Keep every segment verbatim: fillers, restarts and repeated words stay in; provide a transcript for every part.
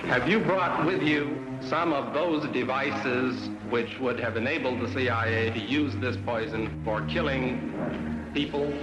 Have you brought with you some of those devices which would have enabled the C I A to use this poison for killing people?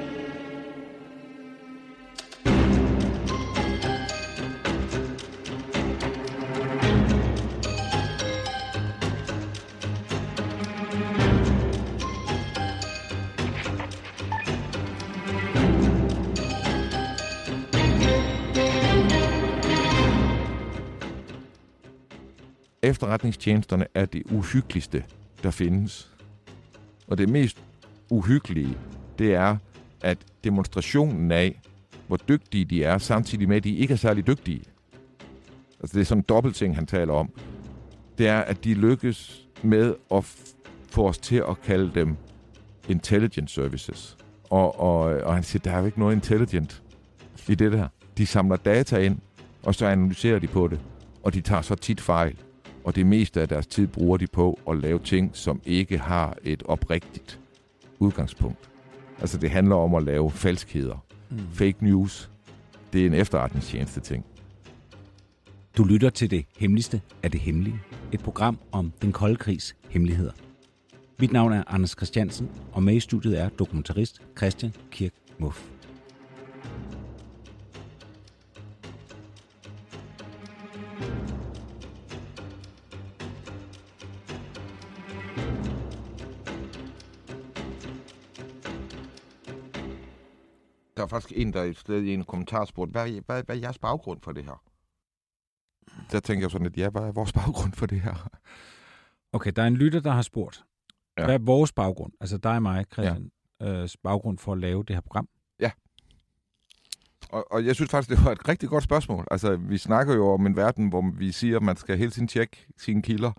Efterretningstjenesterne er det uhyggeligste, der findes. Og det mest uhyggelige, det er, at demonstrationen af, hvor dygtige de er, samtidig med, at de ikke er særlig dygtige. Altså det er sådan en dobbeltting, han taler om. Det er, at de lykkes med at f- få os til at kalde dem intelligence services. Og, og, og han siger, der er jo ikke noget intelligent i det der. De samler data ind, og så analyserer de på det. Og de tager så tit fejl. Og det meste af deres tid bruger de på at lave ting, som ikke har et oprigtigt udgangspunkt. Altså det handler om at lave falskheder. Mm. Fake news, det er en efterretningstjeneste ting. Du lytter til det hemmeligste af det hemmelige. Et program om den kolde krigs hemmeligheder. Mit navn er Anders Christiansen, og med i studiet er dokumentarist Christian Kirk Muff. Der er faktisk en, der er et sted i en kommentar spurgte, hvad, hvad, hvad er jeres baggrund for det her? Der tænker jeg sådan lidt, ja, hvad er vores baggrund for det her? Okay, der er en lytter, der har spurgt, ja. Hvad er vores baggrund? Altså dig og mig, Christian, ja. øh, baggrund for at lave det her program? Ja. Og, og jeg synes faktisk, det var et rigtig godt spørgsmål. Altså, vi snakker jo om en verden, hvor vi siger, at man skal hele tiden tjekke sine kilder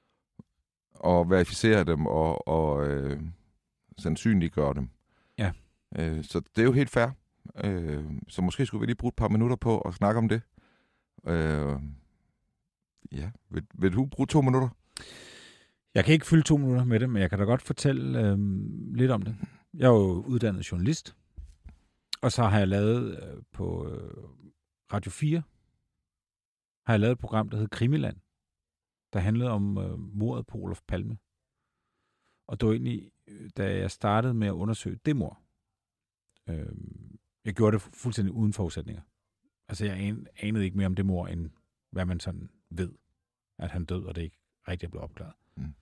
og verificere dem og, og øh, sandsynliggøre dem. Ja. Øh, så det er jo helt fair. Øh, så måske skulle vi lige bruge et par minutter på at snakke om det. Øh, ja, vil, vil du bruge to minutter? Jeg kan ikke fylde to minutter med det, men jeg kan da godt fortælle øh, lidt om det. Jeg er jo uddannet journalist, og så har jeg lavet øh, på øh, Radio fire, har jeg lavet et program, der hed Krimiland, der handlede om øh, mordet på Olof Palme. Og det var egentlig, da jeg startede med at undersøge det mord, øh, jeg gjorde det fuldstændig uden forudsætninger. Altså jeg anede ikke mere om det mord, end hvad man sådan ved, at han død, og det ikke rigtig er blevet opklaret. Mm.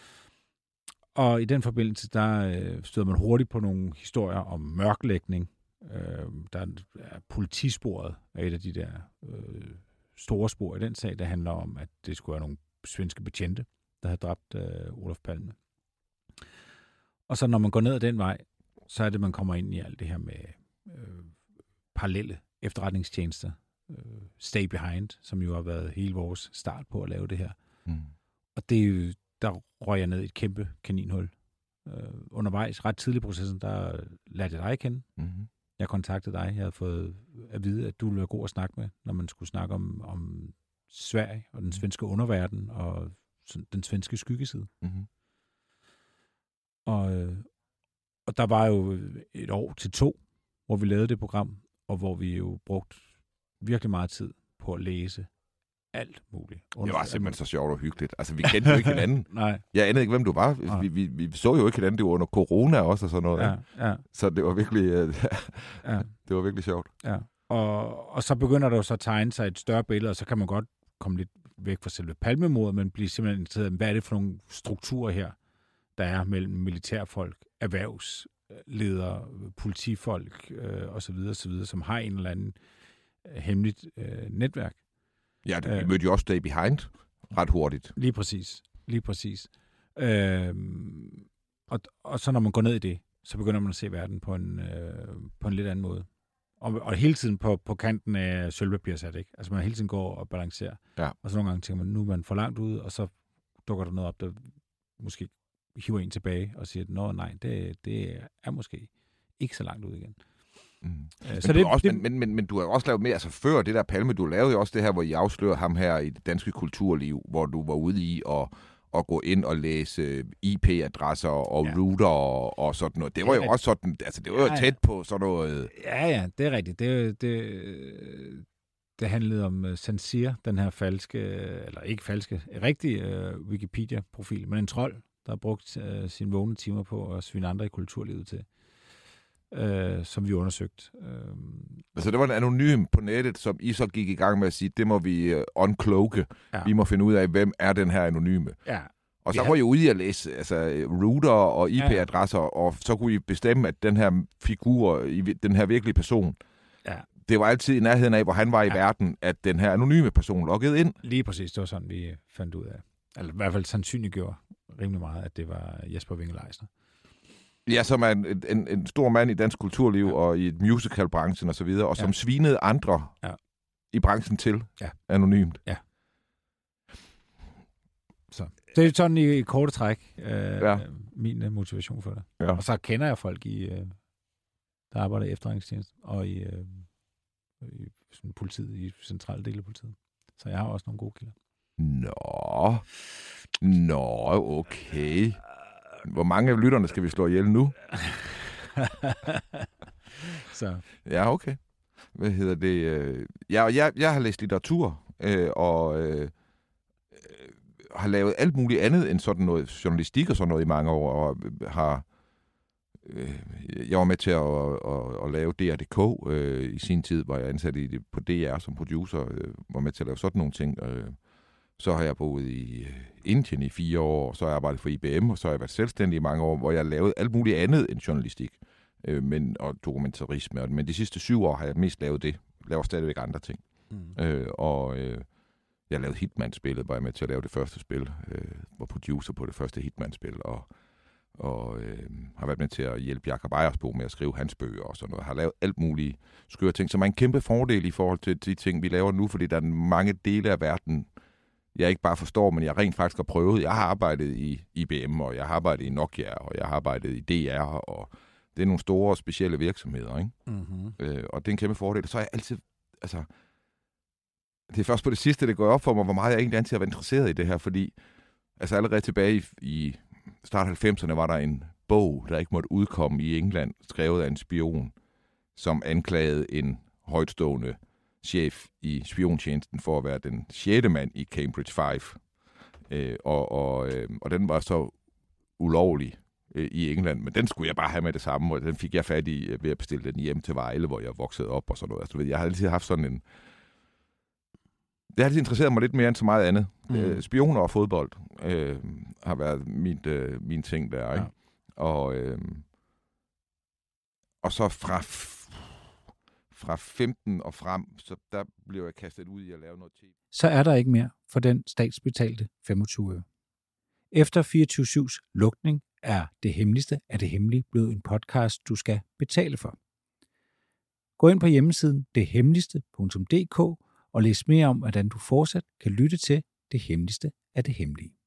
Og i den forbindelse, der øh, støder man hurtigt på nogle historier om mørklægning. Øh, der er politisporet af et af de der øh, store spor i den sag, der handler om, at det skulle være nogle svenske betjente, der havde dræbt øh, Olof Palme. Og så når man går ned ad den vej, så er det, man kommer ind i alt det her med øh, parallelle efterretningstjenester. Øh, Stay Behind, som jo har været hele vores start på at lave det her. Mm. Og det er jo, der røg jeg ned i et kæmpe kaninhul. Øh, undervejs, ret tidlig i processen, der lærte jeg dig kende. Mm-hmm. Jeg kontaktede dig. Jeg havde fået at vide, at du ville være god at snakke med, når man skulle snakke om, om Sverige og den svenske underverden og den svenske skyggeside. Mm-hmm. Og, og der var jo et år til to, hvor vi lavede det program, og hvor vi jo brugte virkelig meget tid på at læse alt muligt. Det var simpelthen så sjovt og hyggeligt. Altså, vi kendte jo ikke hinanden. Nej. Jeg anede ikke, hvem du var. Vi, vi, vi så jo ikke hinanden. Det var under corona også og sådan noget. Ja, ja. Så det var virkelig, uh, ja. det var virkelig sjovt. Ja. Og, og så begynder der jo så at tegne sig et større billede, og så kan man godt komme lidt væk fra selve palmemordet, men blive simpelthen interesseret i, hvad er det for nogle strukturer her, der er mellem militærfolk, erhvervsledere, politifolk øh, osv., osv., som har en eller anden øh, hemmeligt øh, netværk. Ja, det, vi mødte jo også Stay Behind ret hurtigt. Lige præcis. Lige præcis. Øhm, og, og så når man går ned i det, så begynder man at se verden på en, øh, på en lidt anden måde. Og, og hele tiden på, på kanten af sølvpapirsat, ikke? Altså man hele tiden går og balancerer. Ja. Og så nogle gange tænker man, nu er man for langt ude, og så dukker der noget op, der måske hiver en tilbage og siger, nå nej, det, det er måske ikke så langt ud igen. Mm. Øh, så men, det, også, det, men, men, men du har jo også lavet mere, altså før det der Palme, du lavede jo også det her, hvor I afslørede ham her i det danske kulturliv, hvor du var ude i at, at gå ind og læse I P-adresser og ja. router og, og sådan noget. Det var jo også sådan, altså det var jo ja, tæt på sådan noget. Ja, ja, det er rigtigt. Det, det, Det handlede om uh, Sansir, den her falske, eller ikke falske, rigtige uh, Wikipedia-profil, men en trold, der har brugt uh, sine vågne timer på at svine andre i kulturlivet til, uh, som vi undersøgte. Uh, altså det var en anonym på nettet, som I så gik i gang med at sige, det må vi uh, uncloake. Ja. Vi må finde ud af, hvem er den her anonyme. Ja. Og så var I ude i at læse altså, router og I P-adresser, ja. Og så kunne I bestemme, at den her figur, den her virkelige person, ja. Det var altid i nærheden af, hvor han var i ja. verden, at den her anonyme person loggede ind. Lige præcis, det var sådan, vi fandt ud af. Eller i hvert fald sandsynliggjorde rimelig meget, at det var Jesper Winge Leisner. Ja, som er en, en, en stor mand i dansk kulturliv ja. Og i musicalbranchen og så videre, og som ja. svinede andre ja. i branchen til ja. anonymt. Ja. Så det er sådan i, i korte træk øh, ja. min uh, motivation for det. Ja. Og så kender jeg folk, i, øh, der arbejder i efterretningstjeneste og i, øh, i sådan politiet, i centrale dele af politiet. Så jeg har også nogle gode kilder. Nå, Nå, okay. Hvor mange af lytterne skal vi slå ihjel nu? så. Ja, okay. Hvad hedder det? Jeg, jeg, jeg har læst litteratur, øh, og øh, har lavet alt muligt andet end sådan noget journalistik og sådan noget i mange år, og har øh, jeg var med til at, at, at lave D R punktum d k øh, i sin tid, hvor jeg ansat i det, på D R som producer, øh, var med til at lave sådan nogle ting. Øh, så har jeg boet i øh, Indien i fire år, så har jeg arbejdet for I B M, og så har jeg været selvstændig i mange år, hvor jeg lavede alt muligt andet end journalistik øh, men, og dokumentarisme. Men de sidste syv år har jeg mest lavet det. Jeg laver stadigvæk andre ting. Mm. Øh, og øh, jeg lavede Hitman-spillet, hvor jeg med til at lave det første spil, øh, var producer på det første Hitman-spil, og, og øh, har været med til at hjælpe Jakob Ejersbo med at skrive hans bøger og sådan noget. Har lavet alt muligt skøre ting, som er en kæmpe fordel i forhold til de ting, vi laver nu, fordi der er mange dele af verden, jeg ikke bare forstår, men jeg rent faktisk har prøvet. Jeg har arbejdet i I B M, og jeg har arbejdet i Nokia, og jeg har arbejdet i D R, og det er nogle store, specielle virksomheder, ikke? Mm-hmm. Øh, og det er en kæmpe fordel. Så er jeg altid, altså, det er først på det sidste, det går op for mig, hvor meget jeg egentlig altid har været interesseret i det her, fordi altså allerede tilbage i, i start halvfemserne var der en bog, der ikke måtte udkomme i England, skrevet af en spion, som anklagede en højtstående chef i spiontjenesten for at være den sjette mand i Cambridge Five. Øh, og, og, øh, og den var så ulovlig øh, i England, men den skulle jeg bare have med det samme, og den fik jeg fat i øh, ved at bestille den hjem til Vejle, hvor jeg voksede op og sådan noget. Altså, jeg har altid haft sådan en... Det har altid interesseret mig lidt mere end så meget andet. Mm. Øh, spioner og fodbold øh, har været min, øh, min ting der, ikke? Ja. Og, øh, og så fra... Fra femten og frem, så der blev jeg kastet ud i at lave noget tv. Så er der ikke mere for den statsbetalte femogtyve øre. Efter fireogtyve syvs lukning er Det Hemmeligste af det Hemmelige blevet en podcast, du skal betale for. Gå ind på hjemmesiden det hemmeligste punktum d k og læs mere om, hvordan du fortsat kan lytte til Det Hemmeligste af det Hemmelige.